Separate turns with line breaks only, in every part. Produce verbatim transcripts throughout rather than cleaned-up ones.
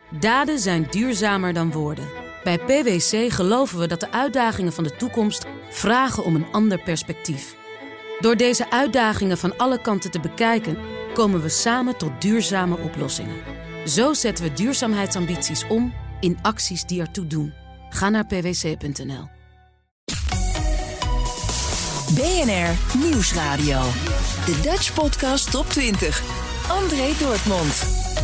Daden zijn duurzamer dan woorden. Bij P W C geloven we dat de uitdagingen van de toekomst vragen om een ander perspectief. Door deze uitdagingen van alle kanten te bekijken, komen we samen tot duurzame oplossingen. Zo zetten we duurzaamheidsambities om in acties die ertoe doen. Ga naar p w c punt n l.
B N R Nieuwsradio. De Dutch Podcast Top twintig. André Dortmund.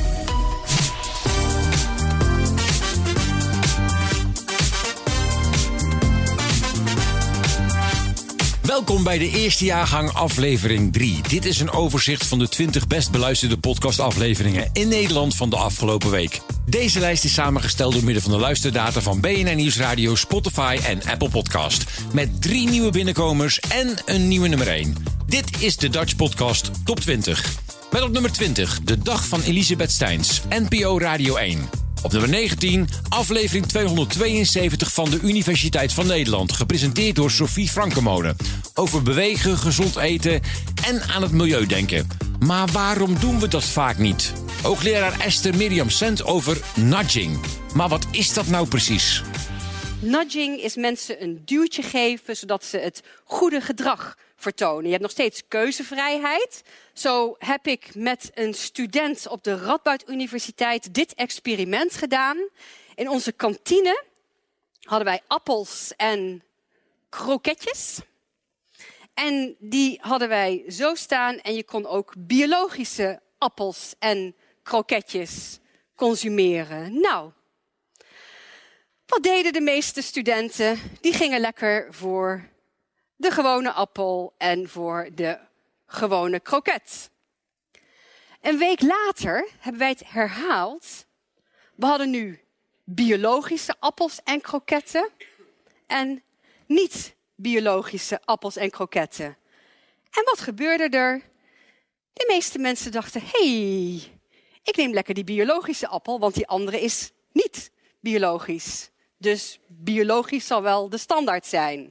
Welkom bij de eerste jaargang aflevering drie. Dit is een overzicht van de twintig best beluisterde podcastafleveringen in Nederland van de afgelopen week. Deze lijst is samengesteld door middel van de luisterdata van B N R Nieuwsradio, Spotify en Apple Podcast. Met drie nieuwe binnenkomers en een nieuwe nummer één. Dit is de Dutch Podcast Top twintig. Met op nummer twintig de dag van Elisabeth Steins, N P O Radio één. Op nummer negentien, aflevering tweehonderdtweeënzeventig van de Universiteit van Nederland. Gepresenteerd door Sophie Frankemode. Over bewegen, gezond eten en aan het milieu denken. Maar waarom doen we dat vaak niet? Hoogleraar Esther Mirjam Sent over nudging. Maar wat is dat nou precies?
Nudging is mensen een duwtje geven zodat ze het goede gedrag vertonen. Je hebt nog steeds keuzevrijheid. Zo heb ik met een student op de Radboud Universiteit dit experiment gedaan. In onze kantine hadden wij appels en kroketjes. En die hadden wij zo staan en je kon ook biologische appels en kroketjes consumeren. Nou, wat deden de meeste studenten? Die gingen lekker voor de gewone appel en voor de gewone kroket. Een week later hebben wij het herhaald. We hadden nu biologische appels en kroketten en niet-biologische appels en kroketten. En wat gebeurde er? De meeste mensen dachten, hé, hey, ik neem lekker die biologische appel, want die andere is niet biologisch. Dus biologisch zal wel de standaard zijn.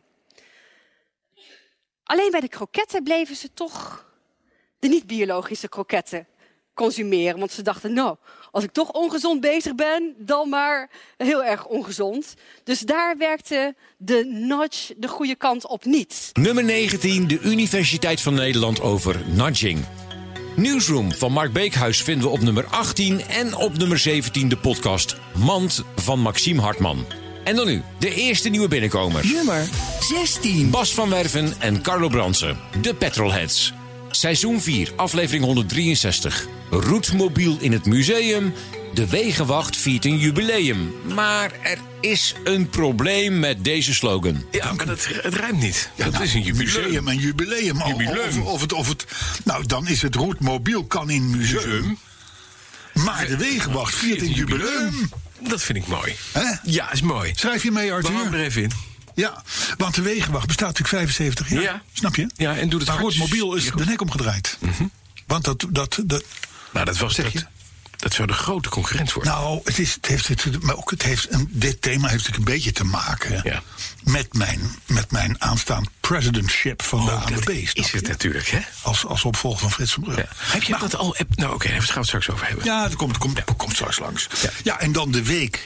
Alleen bij de kroketten bleven ze toch de niet-biologische kroketten consumeren. Want ze dachten, nou, als ik toch ongezond bezig ben, dan maar heel erg ongezond. Dus daar werkte de nudge de goede kant op niet.
Nummer negentien, de Universiteit van Nederland over nudging. Newsroom van Mark Beekhuis vinden we op nummer achttien en op nummer zeventien de podcast Mand van Maxime Hartman. En dan nu, de eerste nieuwe binnenkomer.
Nummer zestien.
Bas van Werven en Carlo Bransen, de Petrolheads. Seizoen vier, aflevering honderddrieënzestig. Roetmobiel in het museum. De Wegenwacht viert een jubileum. Maar er is een probleem met deze slogan.
Ja, maar dat, het rijmt niet.
Ja,
dat
nou,
is een jubileum.
Museum en jubileum.
jubileum.
Of, of, het, of het, nou, dan is het roetmobiel kan in museum. museum. Maar de Wegenwacht viert een jubileum.
Dat vind ik mooi.
Hè?
Ja, is mooi.
Schrijf je mee, Arthur?
We houden er even in.
Ja, want de Wegenwacht bestaat natuurlijk vijfenzeventig jaar.
Ja.
Snap je?
Ja, en doet het
maar
hard.
roetmobiel is de nek omgedraaid. Mm-hmm. Want dat, dat, dat...
Nou, dat was
zeg
dat,
je?
Dat zou de grote concurrent worden.
Nou, het, is, het heeft, het, maar ook het heeft een, dit thema heeft natuurlijk een beetje te maken
ja.
met, mijn, met mijn aanstaand presidentship van
oh,
de A N W B.
Is het natuurlijk, hè?
Als, als opvolger van Frits van Brugge.
Ja. Heb je
maar,
dat al... Nou, oké, okay, daar gaan we het straks over hebben.
Ja, dat komt, komt, ja. komt straks langs. Ja. ja, en dan de week.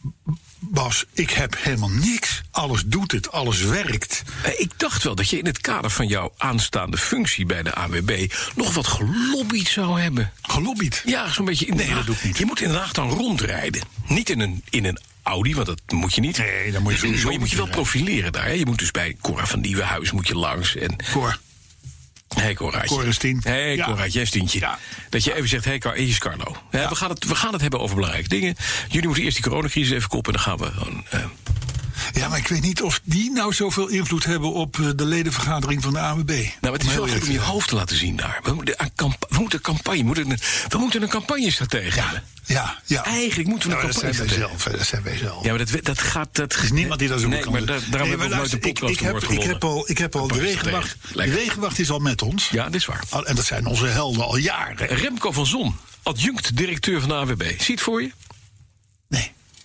Bas, ik heb helemaal niks. Alles doet het, alles werkt.
Ik dacht wel dat je in het kader van jouw aanstaande functie bij de A W B nog wat gelobbyd zou hebben.
Gelobbyd?
Ja, zo'n beetje. In
nee, dat doe ik niet.
Je moet in Den Haag dan rondrijden. Niet in een, in een Audi, want dat moet je niet.
Nee, dan moet je sowieso.
Maar je moet je wel profileren daar. Hè? Je moet dus bij Cora van Nieuwenhuis moet je langs. En
Cor.
Hé, hey, Coraatje.
Cor is tien.
Hé, hey,
ja.
Coraatje, jij Stientje. Ja. Dat je even zegt, hé, hey, Car- hier is Carlo. Ja, ja. We, gaan het, we gaan het hebben over belangrijke dingen. Jullie moeten eerst die coronacrisis even koppen en dan gaan we gewoon... Uh...
Ja, maar ik weet niet of die nou zoveel invloed hebben op uh, de ledenvergadering van de A W B.
Nou, maar het is wel goed om je hoofd te laten zien daar. We moeten een, we moeten een campagne, we moeten een, we moeten een campagnestratege
ja.
hebben.
Ja, ja.
Eigenlijk moeten we
nou,
een campagne
dat zijn wij zelf. Dat zijn wij zelf.
Ja, maar dat, dat gaat... Dat,
er is niemand die dat zo
nee,
kan
maar
doen.
Da, daarom
nee,
hebben we nooit een podcast
ik, ik, heb, ik heb al, ik heb al de Wegenwacht... De Wegenwacht is al met ons.
Ja, dat is waar.
En dat zijn onze helden al jaren.
Remco van Zon, adjunct directeur van de A W B. Zie je het voor je?
Nee.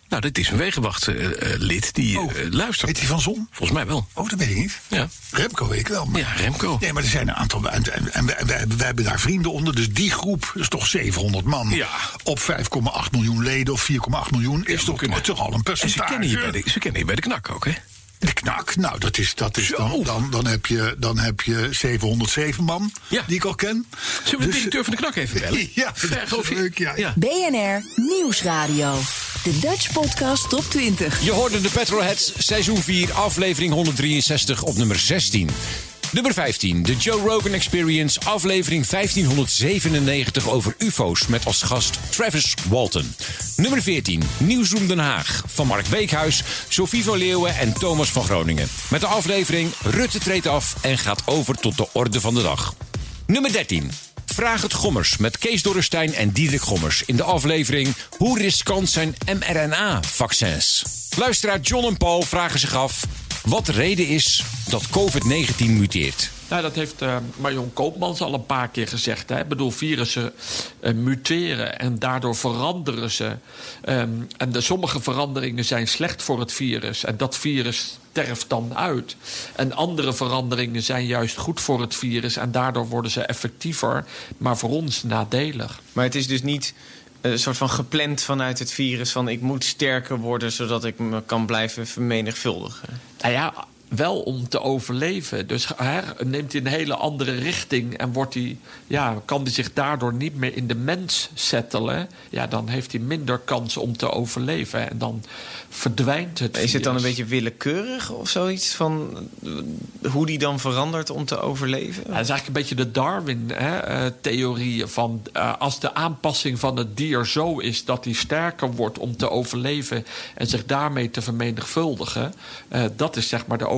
Nou, dit is een Wegenwacht-lid uh, die
oh,
uh, luistert.
Heet hij Van Zon?
Volgens mij wel.
Oh, dat weet ik niet.
Ja.
Remco weet ik wel. Maar...
Ja, Remco.
Nee, maar er zijn een aantal... En, en, en wij, wij, wij hebben daar vrienden onder. Dus die groep is toch zevenhonderd man.
Ja.
Op vijf komma acht miljoen leden of vier komma acht miljoen. Is
ja,
toch, toch al een percentage.
En ze kennen je bij de, ze kennen je bij de knak ook, hè?
De knak, nou, dat is, dat is dan, dan, dan, heb je, dan heb je zevenhonderdzeven man, ja. die ik al ken.
Zullen we de directeur van de knak even bellen?
Ja, dat is leuk, ja. ja.
B N R Nieuwsradio. De Dutch Podcast Top twintig.
Je hoorde de Petrolheads, seizoen vier, aflevering honderddrieënzestig op nummer zestien. Nummer vijftien, de Joe Rogan Experience, aflevering vijftienhonderdzevenennegentig over U F O's met als gast Travis Walton. Nummer veertien, Nieuwsroom Den Haag, van Mark Beekhuis, Sophie van Leeuwen en Thomas van Groningen. Met de aflevering Rutte treedt af en gaat over tot de orde van de dag. Nummer dertien, Vraag het Gommers met Kees Dorrestein en Diederik Gommers in de aflevering Hoe riskant zijn mRNA-vaccins? Luisteraar John en Paul vragen zich af wat de reden is dat covid negentien muteert.
Nou, dat heeft uh, Marion Koopmans al een paar keer gezegd. Hè. Ik bedoel, virussen uh, muteren en daardoor veranderen ze. Um, en de, sommige veranderingen zijn slecht voor het virus. En dat virus sterft dan uit. En andere veranderingen zijn juist goed voor het virus. En daardoor worden ze effectiever, maar voor ons nadelig.
Maar het is dus niet een soort van gepland vanuit het virus van ik moet sterker worden zodat ik me kan blijven vermenigvuldigen.
Nou ja, wel om te overleven. Dus hè, neemt hij een hele andere richting en wordt hij, ja, kan hij zich daardoor niet meer in de mens settelen. Ja, dan heeft hij minder kans om te overleven. En dan verdwijnt het virus.
Is het dan een beetje willekeurig of zoiets van hoe die dan verandert om te overleven?
Ja, dat is eigenlijk een beetje de Darwin-theorie van uh, als de aanpassing van het dier zo is dat hij sterker wordt om te overleven en zich daarmee te vermenigvuldigen. Uh, dat is zeg maar de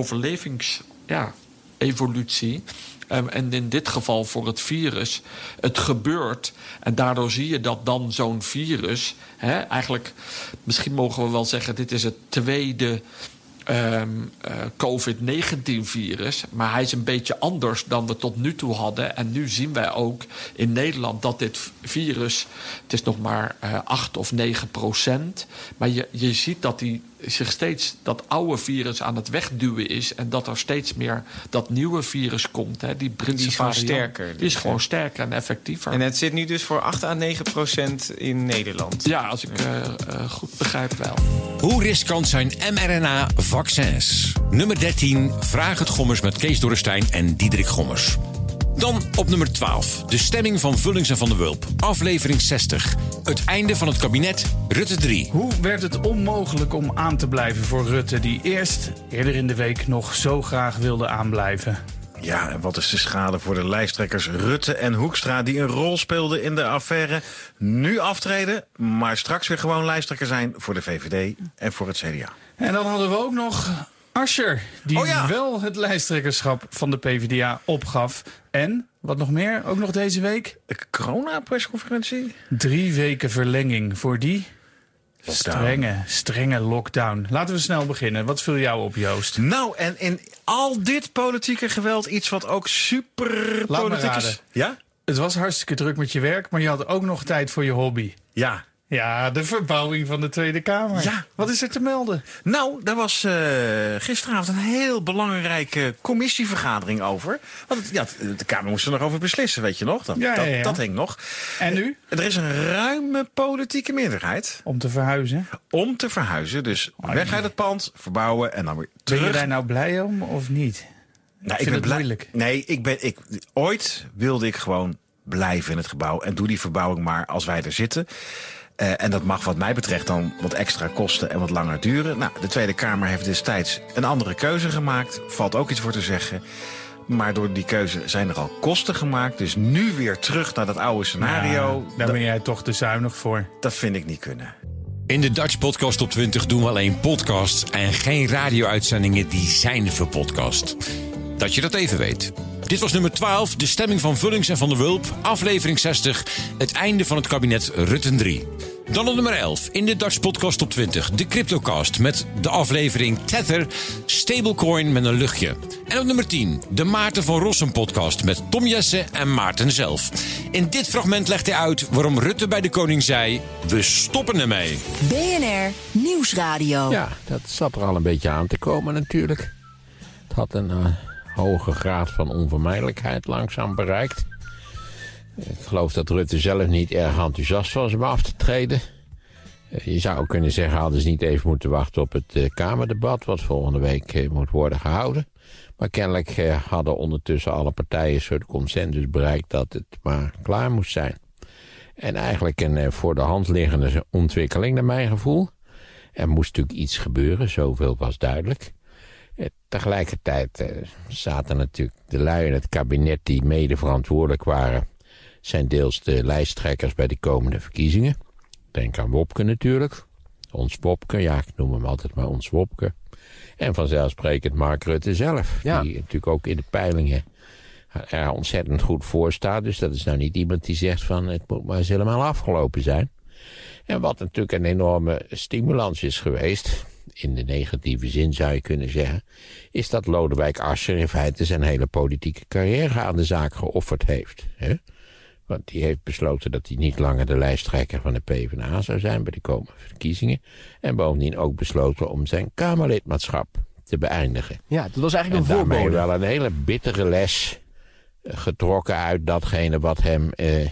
overlevings-evolutie. Ja, um, en in dit geval voor het virus. Het gebeurt. En daardoor zie je dat dan zo'n virus, hè, eigenlijk, misschien mogen we wel zeggen, dit is het tweede Um, uh, covid negentien virus. Maar hij is een beetje anders dan we tot nu toe hadden. En nu zien wij ook in Nederland dat dit virus, het is nog maar uh, acht of negen procent. Maar je, je ziet dat hij zich steeds dat oude virus aan het wegduwen is. En dat er steeds meer dat nieuwe virus komt. Hè, die Britse
die is gewoon
variant.
sterker. Dus,
die is gewoon sterker en effectiever.
En het zit nu dus voor acht à negen procent in Nederland.
Ja, als ik uh, uh, goed begrijp wel.
Hoe riskant zijn mRNA-vaccins? Nummer dertien, Vraag het Gommers met Kees Dorrestein en Diederik Gommers. Dan op nummer twaalf, de stemming van Vullings en Van der Wulp. Aflevering zestig, het einde van het kabinet Rutte drie.
Hoe werd het onmogelijk om aan te blijven voor Rutte, die eerst, eerder in de week, nog zo graag wilde aanblijven?
Ja, en wat is de schade voor de lijsttrekkers Rutte en Hoekstra, die een rol speelden in de affaire, nu aftreden, maar straks weer gewoon lijsttrekker zijn voor de V V D en voor het C D A. En
dan hadden we ook nog Asscher, die oh ja. wel het lijsttrekkerschap van de P V D A opgaf. En, wat nog meer, ook nog deze week?
De corona-persconferentie?
Drie weken verlenging voor die lockdown. strenge, strenge lockdown. Laten we snel beginnen. Wat viel jou op, Joost?
Nou, en in al dit politieke geweld iets wat ook super
Laat
politiek is.
Ja? Het was hartstikke druk met je werk, maar je had ook nog tijd voor je hobby.
Ja.
Ja, de verbouwing van de Tweede Kamer.
Ja.
Wat is er te melden?
Nou, daar was uh, gisteravond een heel belangrijke commissievergadering over. Want het, ja, de Kamer moest er nog over beslissen, weet je nog? Dat,
ja, ja, ja.
dat, dat hing nog.
En nu?
Er is een ruime politieke meerderheid.
Om te verhuizen?
Om te verhuizen. Dus oh, weg uit het pand, verbouwen en dan weer terug.
Ben je daar nou blij om of niet?
Nou,
ik vind het
blij...
moeilijk.
Nee, ik ben, ik, ooit wilde ik gewoon blijven in het gebouw. En doe die verbouwing maar als wij er zitten. Uh, en dat mag wat mij betreft dan wat extra kosten en wat langer duren. Nou, de Tweede Kamer heeft destijds een andere keuze gemaakt. Valt ook iets voor te zeggen. Maar door die keuze zijn er al kosten gemaakt. Dus nu weer terug naar dat oude scenario.
Ja, daar ben jij toch te zuinig voor.
Dat vind ik niet kunnen.
In de Dutch Podcast Top twintig doen we alleen podcasts en geen radio-uitzendingen die zijn voor podcast. Dat je dat even weet. Dit was nummer twaalf, de stemming van Vullings en Van der Wulp. Aflevering zestig, het einde van het kabinet Rutte drie. Dan op nummer elf in de Dutch Podcast Top twintig. De Cryptocast met de aflevering Tether, stablecoin met een luchtje. En op nummer tien de Maarten van Rossum podcast met Tom Jessen en Maarten zelf. In dit fragment legt hij uit waarom Rutte bij de koning zei: we stoppen ermee.
B N R Nieuwsradio.
Ja, dat zat er al een beetje aan te komen natuurlijk. Het had een uh, hoge graad van onvermijdelijkheid langzaam bereikt. Ik geloof dat Rutte zelf niet erg enthousiast was om af te treden. Je zou ook kunnen zeggen, hadden ze niet even moeten wachten op het uh, Kamerdebat, wat volgende week uh, moet worden gehouden. Maar kennelijk uh, hadden ondertussen alle partijen een soort consensus bereikt dat het maar klaar moest zijn. En eigenlijk een uh, voor de hand liggende ontwikkeling naar mijn gevoel. Er moest natuurlijk iets gebeuren, zoveel was duidelijk. Uh, tegelijkertijd uh, zaten natuurlijk de lui in het kabinet die mede verantwoordelijk waren, zijn deels de lijsttrekkers bij de komende verkiezingen. Denk aan Wopke natuurlijk. Ons Wopke, ja, ik noem hem altijd maar ons Wopke. En vanzelfsprekend Mark Rutte zelf. Ja. Die natuurlijk ook in de peilingen er ontzettend goed voor staat. Dus dat is nou niet iemand die zegt van het moet maar eens helemaal afgelopen zijn. En wat natuurlijk een enorme stimulans is geweest, in de negatieve zin zou je kunnen zeggen, is dat Lodewijk Asscher in feite zijn hele politieke carrière aan de zaak geofferd heeft. Hè? Want die heeft besloten dat hij niet langer de lijsttrekker van de PvdA zou zijn bij de komende verkiezingen. En bovendien ook besloten om zijn Kamerlidmaatschap te beëindigen.
Ja, dat was eigenlijk
en
een voorbode.
En daarmee wel een hele bittere les getrokken uit datgene wat hem uh, uh,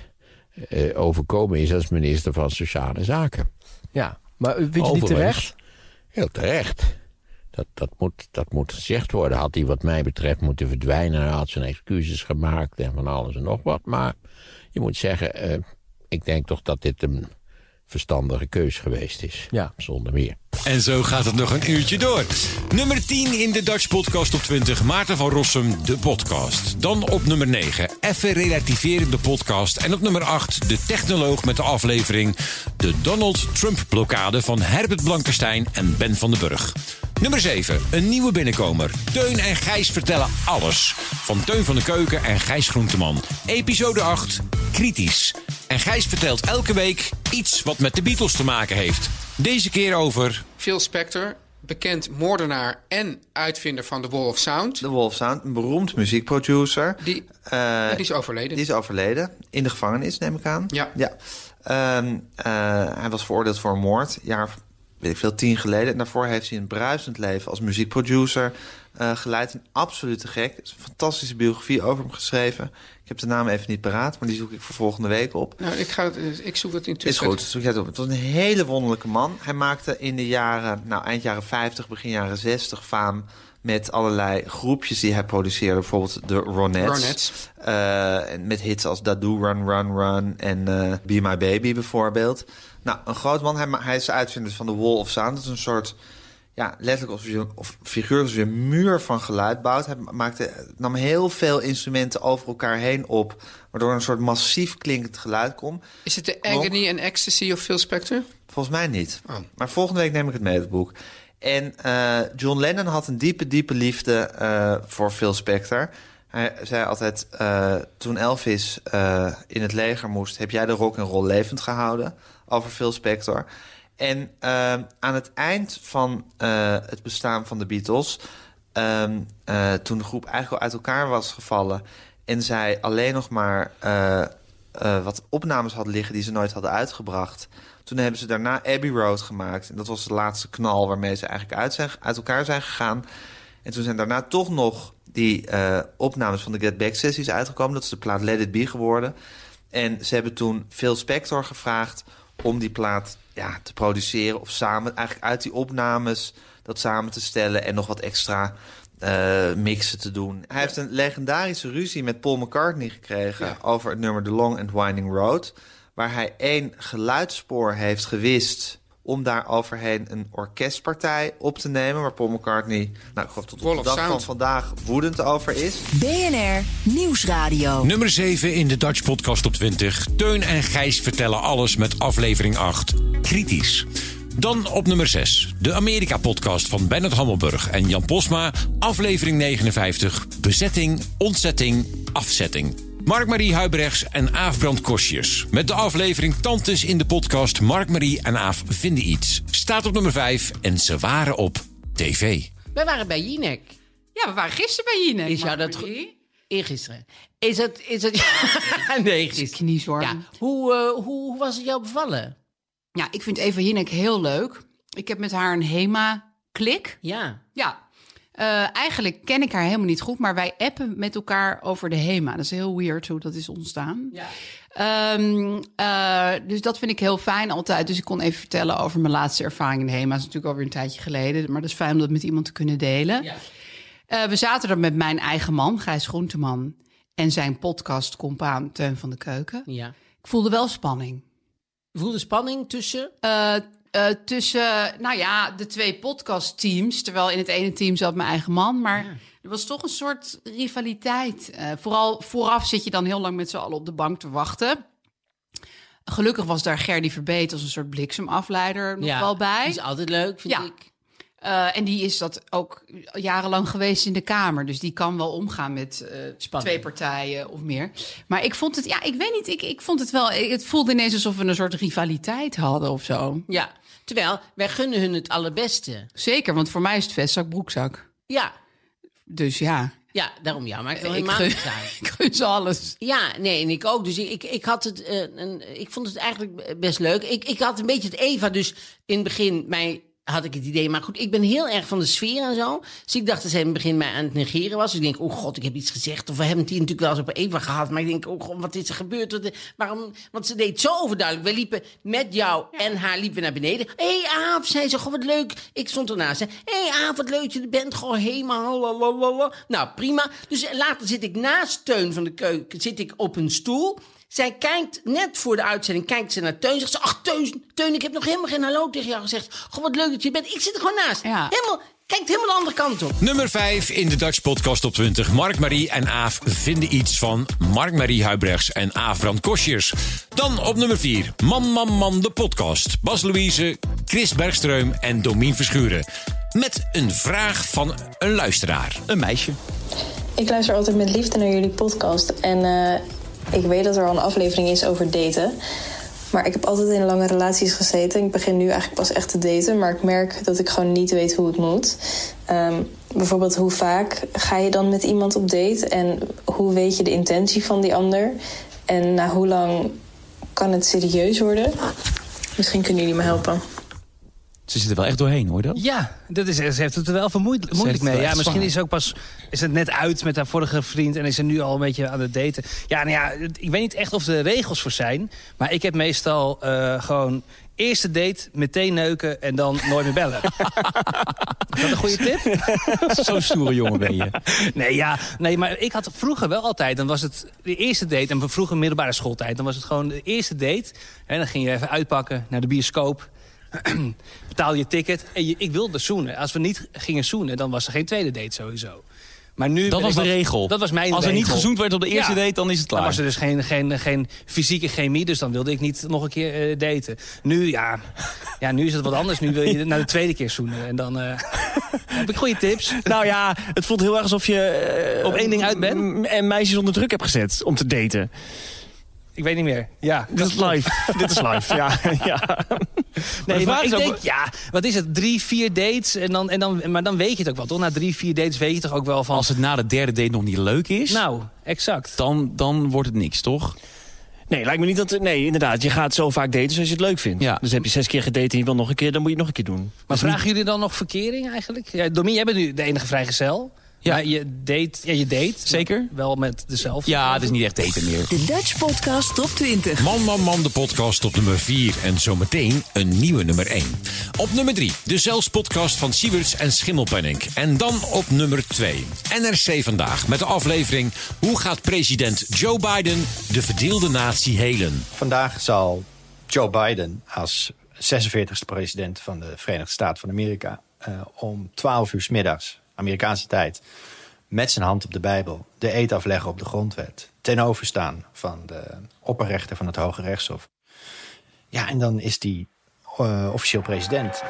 overkomen is als minister van Sociale Zaken.
Ja, maar vind je niet terecht?
Heel terecht. Dat, dat, moet, dat moet gezegd worden. Had hij wat mij betreft moeten verdwijnen. Hij had zijn excuses gemaakt en van alles en nog wat. Maar je moet zeggen, uh, ik denk toch dat dit een verstandige keus geweest is.
Ja.
Zonder meer.
En zo gaat het nog een uurtje door. Nummer tien in de Dutch Podcast Top twintig. Maarten van Rossum, de podcast. Dan op nummer negen, Even Relativeren, de podcast. En op nummer acht, de technoloog met de aflevering De Donald Trump-blokkade van Herbert Blankenstein en Ben van den Burg. Nummer zeven, een nieuwe binnenkomer. Teun en Gijs vertellen alles. Van Teun van de Keuken en Gijs Groenteman. Episode acht, kritisch. En Gijs vertelt elke week iets wat met de Beatles te maken heeft. Deze keer over
Phil Spector, bekend moordenaar en uitvinder van The Wall of Sound.
The Wall of Sound, een beroemd muziekproducer.
Die, uh, ja, die is overleden.
Die is overleden. In de gevangenis, neem ik aan.
Ja.
ja. Um, uh, hij was veroordeeld voor een moord, jaar, weet ik veel, tien geleden. En daarvoor heeft hij een bruisend leven als muziekproducer uh, geleid. Een absolute gek. Er is een fantastische biografie over hem geschreven. Ik heb de naam even niet paraat, maar die zoek ik voor volgende week op.
Nou, ik, ga, ik zoek het intussen.
Is goed, zoek jij het op. Het was een hele wonderlijke man. Hij maakte in de jaren, nou eind jaren vijftig, begin jaren zestig faam met allerlei groepjes die hij produceerde. Bijvoorbeeld de Ronettes.
Ronettes.
Uh, en met hits als Dadu, Run, Run, Run en uh, Be My Baby bijvoorbeeld. Nou, een groot man. Hij, hij is uitvinder van de Wall of Sound. Dat is een soort, ja, letterlijk of, je, of figuurlijk als je een muur van geluid bouwt. Hij maakte, nam heel veel instrumenten over elkaar heen op, waardoor een soort massief klinkend geluid komt.
Is het de Agony and Ecstasy of Phil Spector?
Volgens mij niet.
Oh.
Maar volgende week neem ik het mee, het boek. En uh, John Lennon had een diepe, diepe liefde uh, voor Phil Spector. Hij zei altijd, uh, toen Elvis uh, in het leger moest, heb jij de rock and roll levend gehouden, over Phil Spector. En uh, aan het eind van uh, het bestaan van de Beatles, um, uh, toen de groep eigenlijk al uit elkaar was gevallen en zij alleen nog maar uh, uh, wat opnames hadden liggen die ze nooit hadden uitgebracht, toen hebben ze daarna Abbey Road gemaakt. En dat was de laatste knal waarmee ze eigenlijk uit, zijn, uit elkaar zijn gegaan. En toen zijn daarna toch nog die uh, opnames van de Get Back sessies uitgekomen. Dat is de plaat Let It Be geworden. En ze hebben toen Phil Spector gevraagd om die plaat ja, te produceren, of samen eigenlijk uit die opnames dat samen te stellen en nog wat extra uh, mixen te doen. Hij heeft een legendarische ruzie met Paul McCartney gekregen ja. over het nummer The Long and Winding Road, waar hij één geluidsspoor heeft gewist om daar overheen een orkestpartij op te nemen, waar Paul McCartney, nou, ik geloof tot op de dag van vandaag woedend over is.
B N R Nieuwsradio.
Nummer zeven in de Dutch Podcast Top twintig. Teun en Gijs vertellen alles met aflevering acht. Kritisch. Dan op nummer zes. De Amerika-podcast van Bernard Hammelburg en Jan Posma. Aflevering negenenvijftig. Bezetting, ontzetting, afzetting. Mark-Marie Huibrechts en Aaf Brand-Kosjes. Met de aflevering Tantes in de podcast Mark-Marie en Aaf vinden iets. Staat op nummer vijf en ze waren op tv.
Wij waren bij Jinek.
Ja, we waren gisteren bij Jinek.
Is jou dat goed? Eergisteren. Is het... Is het nee, gisteren.
Kniezorm.
Ja. Hoe, uh, hoe, hoe was het jou bevallen?
Ja, ik vind Eva Jinek heel leuk. Ik heb met haar een HEMA-klik.
Ja.
Ja. Uh, eigenlijk ken ik haar helemaal niet goed, maar wij appen met elkaar over de HEMA. Dat is heel weird hoe dat is ontstaan. Ja. Um, uh, dus dat vind ik heel fijn altijd. Dus ik kon even vertellen over mijn laatste ervaring in de HEMA. Dat is natuurlijk alweer een tijdje geleden, maar dat is fijn om dat met iemand te kunnen delen. Ja. Uh, we zaten er met mijn eigen man, Gijs Groenteman, en zijn podcastcompaan Teun van de Keuken.
Ja.
Ik voelde wel spanning.
Je voelde spanning tussen?
Uh, uh, tussen, nou ja, de twee podcastteams. Terwijl in het ene team zat mijn eigen man. Maar ja. er was toch een soort rivaliteit. Uh, vooral vooraf zit je dan heel lang met z'n allen op de bank te wachten. Gelukkig was daar Gerdy Verbeet als een soort bliksemafleider nog
ja,
wel bij.
Dat is altijd leuk, vind
ja.
ik.
Uh, en die is dat ook jarenlang geweest in de Kamer. Dus die kan wel omgaan met uh, twee partijen of meer. Maar ik vond het, ja, ik weet niet, ik, ik vond het wel... Het voelde ineens alsof we een soort rivaliteit hadden of zo.
Ja, terwijl wij gunnen hun het allerbeste.
Zeker, want voor mij is het vestzak, broekzak.
Ja.
Dus ja...
Ja, daarom ja, maar ik wil
ik
helemaal
gun,
niet zijn.
Ik gun ze alles.
Ja, nee, en ik ook. Dus ik, ik, ik had het, uh, een, ik vond het eigenlijk best leuk. Ik, ik had een beetje het Eva, dus in het begin mij had ik het idee. Maar goed, ik ben heel erg van de sfeer en zo. Dus ik dacht dat zij in het begin mij aan het negeren was. Dus ik denk, oh god, ik heb iets gezegd. Of we hebben het hier natuurlijk wel eens op Eva gehad. Maar ik denk, oh god, wat is er gebeurd? Wat, waarom? Want ze deed zo overduidelijk. We liepen met jou ja. en haar liepen we naar beneden. Hé, hey, Aaf, zei ze, goh, wat leuk. Ik stond ernaast. Hé, hey, Aaf, wat leuk je er bent. Goh, helemaal. Nou, prima. Dus later zit ik naast Teun van de Keuken. Zit ik op een stoel. Zij kijkt, net voor de uitzending, kijkt ze naar Teun. Zegt ze, ach Teun, Teun, ik heb nog helemaal geen hallo tegen jou gezegd. Goh, wat leuk dat je bent. Ik zit er gewoon naast. Ja. Helemaal, kijkt helemaal de andere kant op.
Nummer vijf in de Dutch Podcast Top twintig. Mark-Marie en Aaf vinden iets van Mark-Marie Huibrechts en Aaf Brand-Kosjes. Dan op nummer vier. Man, man, man, de podcast. Bas Louise, Chris Bergström en Domien Verschuren. Met een vraag van een luisteraar. Een meisje.
Ik luister altijd met liefde naar jullie podcast. En uh, ik weet dat er al een aflevering is over daten. Maar ik heb altijd in lange relaties gezeten. Ik begin nu eigenlijk pas echt te daten. Maar ik merk dat ik gewoon niet weet hoe het moet. Um, bijvoorbeeld hoe vaak ga je dan met iemand op date? En hoe weet je de intentie van die ander? En na hoe lang kan het serieus worden? Misschien kunnen jullie me helpen.
Ze zit er wel echt doorheen, hoor je dat?
Ja, dat is, ze heeft het er wel vermoeid, moeilijk mee. Ja, misschien is ze ook pas is het net uit met haar vorige vriend en is ze nu al een beetje aan het daten. Ja, nou ja, ik weet niet echt of er regels voor zijn. Maar ik heb meestal uh, gewoon eerste date, meteen neuken en dan nooit meer bellen. Is dat een goede tip?
Zo'n stoere jongen ben je.
Nee, ja, nee, maar ik had vroeger wel altijd, dan was het de eerste date, en vroeger middelbare schooltijd, dan was het gewoon de eerste date. En dan ging je even uitpakken naar de bioscoop. Betaal je ticket en je, ik wilde zoenen. Als we niet gingen zoenen, dan was er geen tweede date sowieso. Maar nu
dat was de
wat,
regel.
Dat was mijn
Als er
regel.
niet gezoend werd op de eerste ja. date, dan is het klaar.
Dan was er dus geen, geen, geen fysieke chemie, dus dan wilde ik niet nog een keer uh, daten. Nu, ja, ja, nu is het wat anders. Nu wil je naar de tweede keer zoenen. En dan uh, heb ik goede tips.
Nou ja, het voelt heel erg alsof je uh, op één ding uit bent en meisjes onder druk hebt gezet om te daten.
Ik weet niet meer. Ja,
dit is live. Dit is live, ja. ja.
Nee, maar ik denk, ja, wat is het? Drie, vier dates. En dan, en dan, maar dan weet je het ook wel, toch? Na drie, vier dates weet je toch ook wel van...
Als het na de derde date nog niet leuk is...
Nou, exact.
Dan, dan wordt het niks, toch? Nee, lijkt me niet dat... Nee, inderdaad. Je gaat zo vaak daten zoals je het leuk vindt. Ja. Dus heb je zes keer gedate en je wil nog een keer... dan moet je het nog een keer doen.
Maar dus vragen niet... jullie dan nog verkering eigenlijk? Ja, Domien, jij bent nu de enige vrijgezel. Ja, maar je date, ja, je date.
Zeker.
Wel met dezelfde.
Ja, het is niet echt daten meer.
De Dutch Podcast Top twintig.
Man, man, man, de podcast op nummer vier. En zometeen een nieuwe nummer één. Op nummer drie, de Zelfs podcast van Sieverts en Schimmelpenninck. En dan op nummer twee, N R C Vandaag. Met de aflevering Hoe gaat president Joe Biden de verdeelde natie helen?
Vandaag zal Joe Biden als zesenveertigste president van de Verenigde Staten van Amerika... Uh, om twaalf uur 's middags... Amerikaanse tijd, met zijn hand op de Bijbel... de eed afleggen op de grondwet. Ten overstaan van de opperrechter van het Hoge Rechtshof. Ja, en dan is hij uh, officieel president.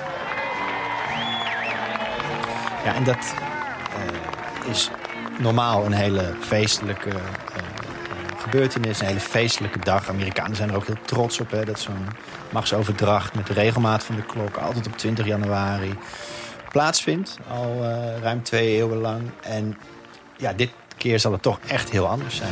Ja, en dat uh, is normaal een hele feestelijke, uh, gebeurtenis, een hele feestelijke dag. Amerikanen zijn er ook heel trots op, hè, dat zo'n machtsoverdracht met de regelmaat van de klok altijd op twintig januari plaatsvindt. Al uh, ruim twee eeuwen lang. En ja, dit keer zal het toch echt heel anders zijn.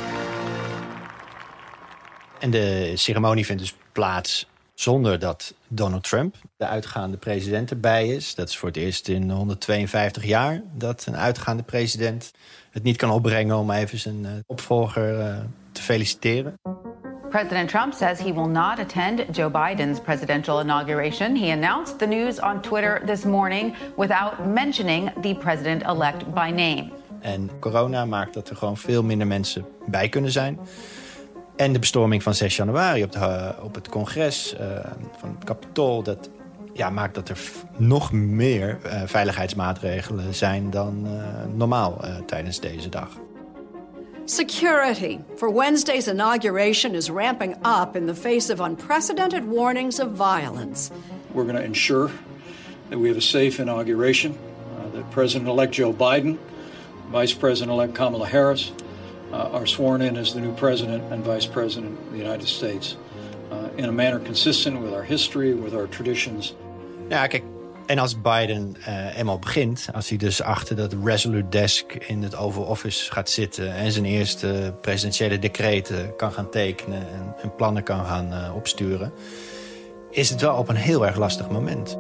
En de ceremonie vindt dus plaats zonder dat Donald Trump, de uitgaande president, erbij is. Dat is voor het eerst in honderdtweeënvijftig jaar dat een uitgaande president het niet kan opbrengen om even zijn uh, opvolger uh, te feliciteren.
President Trump says he will not attend Joe Biden's presidential inauguration. He announced the news on Twitter this morning without mentioning the president-elect by name.
En corona maakt dat er gewoon veel minder mensen bij kunnen zijn. En de bestorming van zes januari op, de, op het congres uh, van het Capitool, dat ja, maakt dat er f- nog meer uh, veiligheidsmaatregelen zijn dan uh, normaal uh, tijdens deze dag.
Security for Wednesday's inauguration is ramping up in the face of unprecedented warnings of violence.
We're going to ensure that we have a safe inauguration, uh, that President-elect Joe Biden, Vice President-elect Kamala Harris uh, are sworn in as the new President and Vice President of the United States uh, in a manner consistent with our history, with our traditions.
Ja, kijk, en als Biden uh, eenmaal begint, als hij dus achter dat Resolute Desk in het Oval Office gaat zitten en zijn eerste presidentiële decreten kan gaan tekenen en, en plannen kan gaan uh, opsturen, is het wel op een heel erg lastig moment.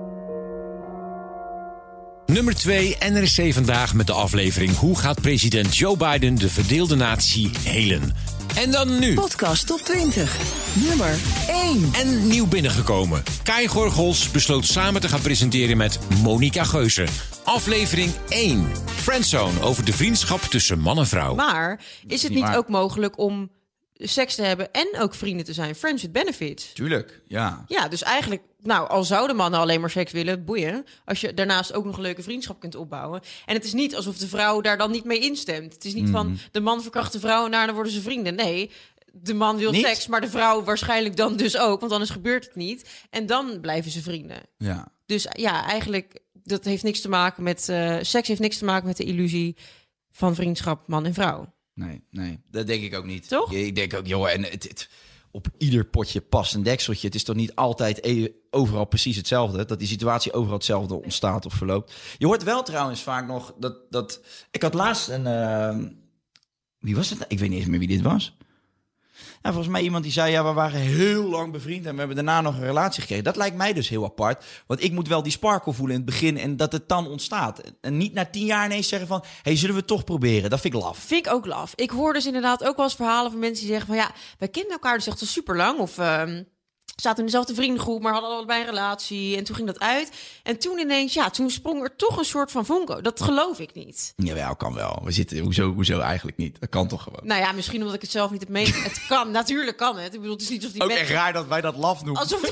Nummer twee, N R C Vandaag met de aflevering Hoe gaat president Joe Biden de verdeelde natie helen? En dan nu.
Podcast Top twintig. Nummer één.
En nieuw binnengekomen. Kai Gorgels besloot samen te gaan presenteren met Monica Geuze. Aflevering één. Friendzone, over de vriendschap tussen man en vrouw.
Maar is het niet ook mogelijk om seks te hebben en ook vrienden te zijn? Friends with benefits.
Tuurlijk, ja.
Ja, dus eigenlijk, nou, al zouden mannen alleen maar seks willen, boeien. Als je daarnaast ook nog een leuke vriendschap kunt opbouwen. En het is niet alsof de vrouw daar dan niet mee instemt. Het is niet mm. van, de man verkracht de vrouw en daarna worden ze vrienden. Nee, de man wil niet? seks, maar de vrouw waarschijnlijk dan dus ook. Want anders gebeurt het niet. En dan blijven ze vrienden.
Ja.
Dus ja, eigenlijk, dat heeft niks te maken met... Uh, seks heeft niks te maken met de illusie van vriendschap man en vrouw.
Nee, nee, dat denk ik ook niet.
Toch?
Ik denk ook, joh, en het, het, op ieder potje past een dekseltje. Het is toch niet altijd e- overal precies hetzelfde? Dat die situatie overal hetzelfde ontstaat of verloopt. Je hoort wel trouwens vaak nog dat... dat ik had laatst een... Uh, wie was het? Ik weet niet eens meer wie dit was. Ja, volgens mij iemand die zei, ja, we waren heel lang bevriend en we hebben daarna nog een relatie gekregen. Dat lijkt mij dus heel apart. Want ik moet wel die sparkle voelen in het begin en dat het dan ontstaat. En niet na tien jaar ineens zeggen van, hey, zullen we het toch proberen? Dat vind ik laf.
Vind ik ook laf. Ik hoor dus inderdaad ook wel eens verhalen van mensen die zeggen van, ja, wij kennen elkaar dus echt al super lang. Of uh, zaten in dezelfde vriendengroep, maar hadden allebei een relatie. En toen ging dat uit. En toen ineens, ja, toen sprong er toch een soort van vonko. Dat geloof ik niet.
Jawel, kan wel. We zitten, hoezo, hoezo eigenlijk niet? Dat kan toch gewoon?
Nou ja, misschien omdat ik het zelf niet heb mee. Het kan, natuurlijk kan het. Ik bedoel, het is niet alsof die
ook
mensen...
echt raar dat wij dat laf noemen.
Alsof...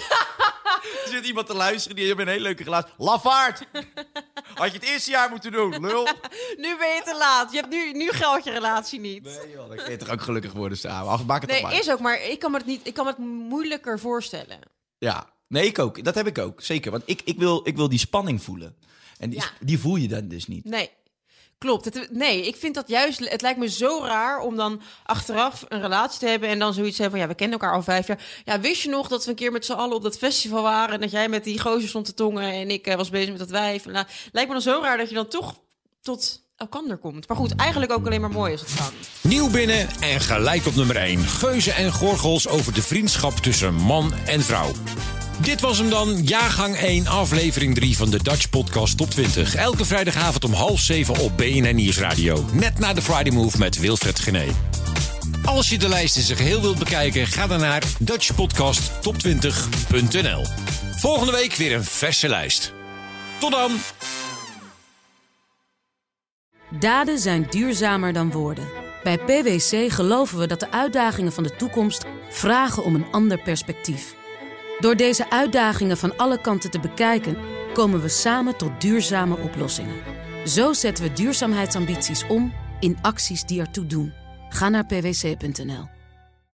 Er zit iemand te luisteren, die heeft een hele leuke relatie. Lafaard! Had je het eerste jaar moeten doen, lul.
Nu ben je te laat. Je hebt nu, nu geldt je relatie niet.
Nee joh, dan kun je toch ook gelukkig worden samen. Ach, maak het
nee,
toch maar.
Is ook, maar ik kan me het niet. Ik kan me het moeilijker voorstellen.
Ja, nee, ik ook. Dat heb ik ook, zeker. Want ik, ik, wil, ik wil die spanning voelen. En die, ja. die voel je dan dus niet.
Nee, klopt. Het, nee, ik vind dat juist... Het lijkt me zo raar om dan achteraf een relatie te hebben... en dan zoiets te hebben van, ja, we kennen elkaar al vijf jaar. Ja, wist je nog dat we een keer met z'n allen op dat festival waren... en dat jij met die gozer stond te tongen en ik uh, was bezig met dat wijf. Nou, lijkt me dan zo raar dat je dan toch tot elkander komt. Maar goed, eigenlijk ook alleen maar mooi als het kan.
Nieuw binnen en gelijk op nummer één. Geuze en Gorgels over de vriendschap tussen man en vrouw. Dit was hem dan, jaargang één, aflevering drie van de Dutch Podcast Top twintig. Elke vrijdagavond om half zeven op B N N Nieuwsradio. Net na de Friday Move met Wilfred Genee. Als je de lijst in zijn geheel wilt bekijken, ga dan naar dutch podcast top twintig punt n l. Volgende week weer een verse lijst. Tot dan!
Daden zijn duurzamer dan woorden. Bij P W C geloven we dat de uitdagingen van de toekomst vragen om een ander perspectief. Door deze uitdagingen van alle kanten te bekijken, komen we samen tot duurzame oplossingen. Zo zetten we duurzaamheidsambities om in acties die ertoe doen. Ga naar p w c punt n l.